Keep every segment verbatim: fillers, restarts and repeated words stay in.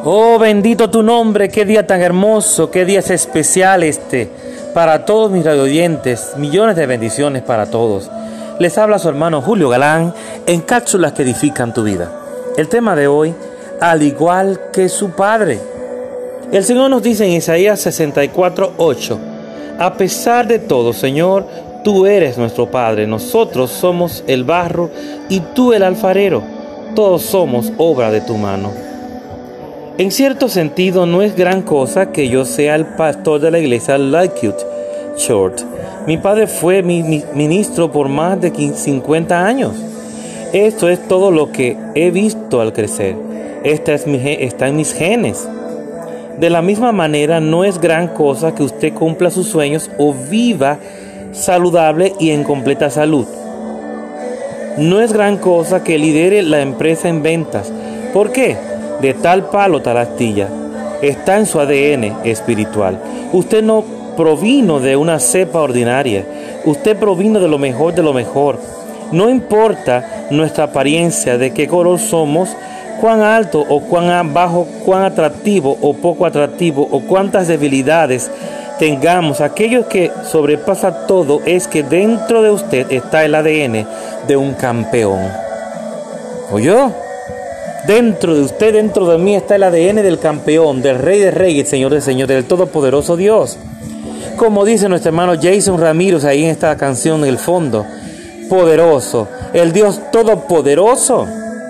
Oh, bendito tu nombre, qué día tan hermoso, qué día es especial este, para todos mis radioyentes, millones de bendiciones para todos. Les habla su hermano Julio Galán en cápsulas que edifican tu vida. El tema de hoy, al igual que su padre. El Señor nos dice en Isaías sesenta y cuatro, ocho, a pesar de todo, Señor, tú eres nuestro Padre, nosotros somos el barro y tú el alfarero, todos somos obra de tu mano. En cierto sentido, no es gran cosa que yo sea el pastor de la iglesia Lightfoot Church. Mi padre fue mi, mi ministro por más de cincuenta años. Esto es todo lo que he visto al crecer. Esta es mi, está en mis genes. De la misma manera, no es gran cosa que usted cumpla sus sueños o viva saludable y en completa salud. No es gran cosa que lidere la empresa en ventas. ¿Por qué? De tal palo, tal astilla. Está en su A D N espiritual. Usted no provino de una cepa ordinaria. Usted provino de lo mejor de lo mejor. No importa nuestra apariencia, de qué color somos, cuán alto o cuán bajo, cuán atractivo o poco atractivo, o cuántas debilidades tengamos. Aquello que sobrepasa todo es que dentro de usted está el A D N de un campeón. ¿Oyó? Dentro de usted, dentro de mí está el A D N del campeón, del Rey de Reyes, Señor de Señores, del Todopoderoso Dios. Como dice nuestro hermano Jason Ramírez ahí en esta canción en el fondo, poderoso, el Dios Todopoderoso.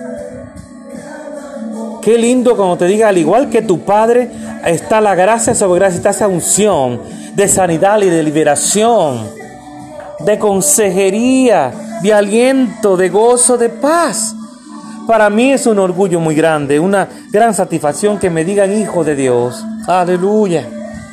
Qué lindo cuando te diga, al igual que tu Padre, está la gracia sobre gracia, está esa unción de sanidad y de liberación, de consejería, de aliento, de gozo, de paz. Para mí es un orgullo muy grande, una gran satisfacción que me digan hijo de Dios. Aleluya.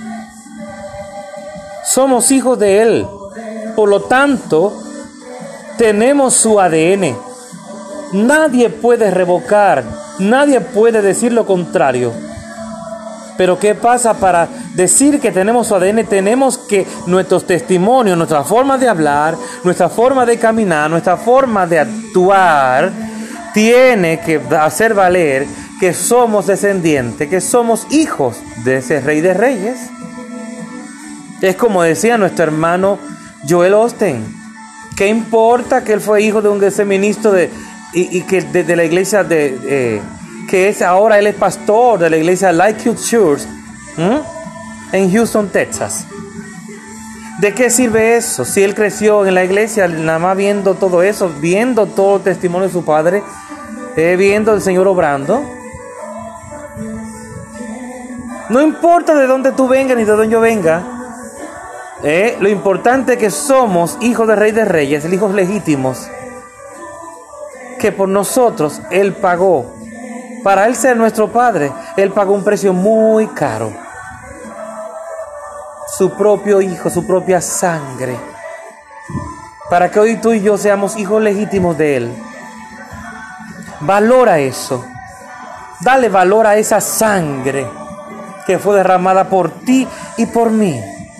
Somos hijos de Él. Por lo tanto, tenemos su A D N. Nadie puede revocar, nadie puede decir lo contrario. Pero ¿qué pasa? Para decir que tenemos su A D N, tenemos que nuestros testimonios, nuestra forma de hablar, nuestra forma de caminar, nuestra forma de actuar, tiene que hacer valer que somos descendientes, que somos hijos de ese Rey de Reyes. Es como decía nuestro hermano Joel Osteen. ¿Qué importa que él fue hijo de un de ese ministro de, y, y que de, de la iglesia de eh, que es ahora él es pastor de la iglesia Lightfoot Church ¿Mm? en Houston, Texas? ¿De qué sirve eso? Si él creció en la iglesia, nada más viendo todo eso, viendo todo el testimonio de su padre, eh, viendo al Señor obrando. No importa de dónde tú vengas ni de dónde yo venga, eh, lo importante es que somos hijos del Rey de Reyes, hijos legítimos, que por nosotros Él pagó. Para Él ser nuestro Padre, Él pagó un precio muy caro. Su propio hijo, su propia sangre, para que hoy tú y yo seamos hijos legítimos de Él. Valora eso. Dale valor a esa sangre que fue derramada por ti y por mí.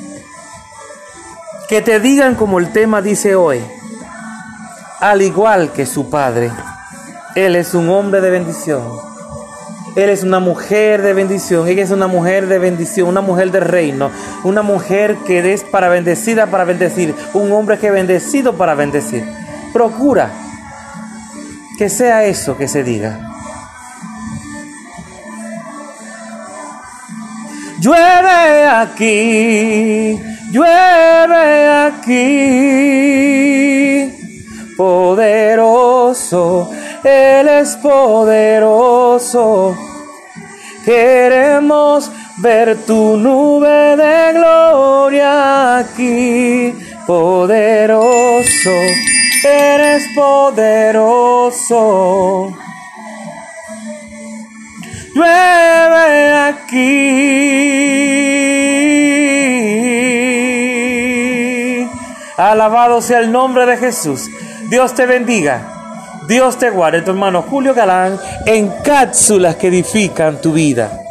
Que te digan como el tema dice hoy, al igual que su Padre, Él es un hombre de bendición. Él es una mujer de bendición, ella es una mujer de bendición, una mujer de reino, una mujer que es para bendecida para bendecir, un hombre que es bendecido para bendecir. Procura que sea eso que se diga. Llueve aquí, llueve aquí, poderoso. Él es poderoso. Queremos ver tu nube de gloria aquí. Poderoso, eres poderoso. Llueve aquí. Alabado sea el nombre de Jesús. Dios te bendiga. Dios te guarde, tu hermano Julio Galán, en cápsulas que edifican tu vida.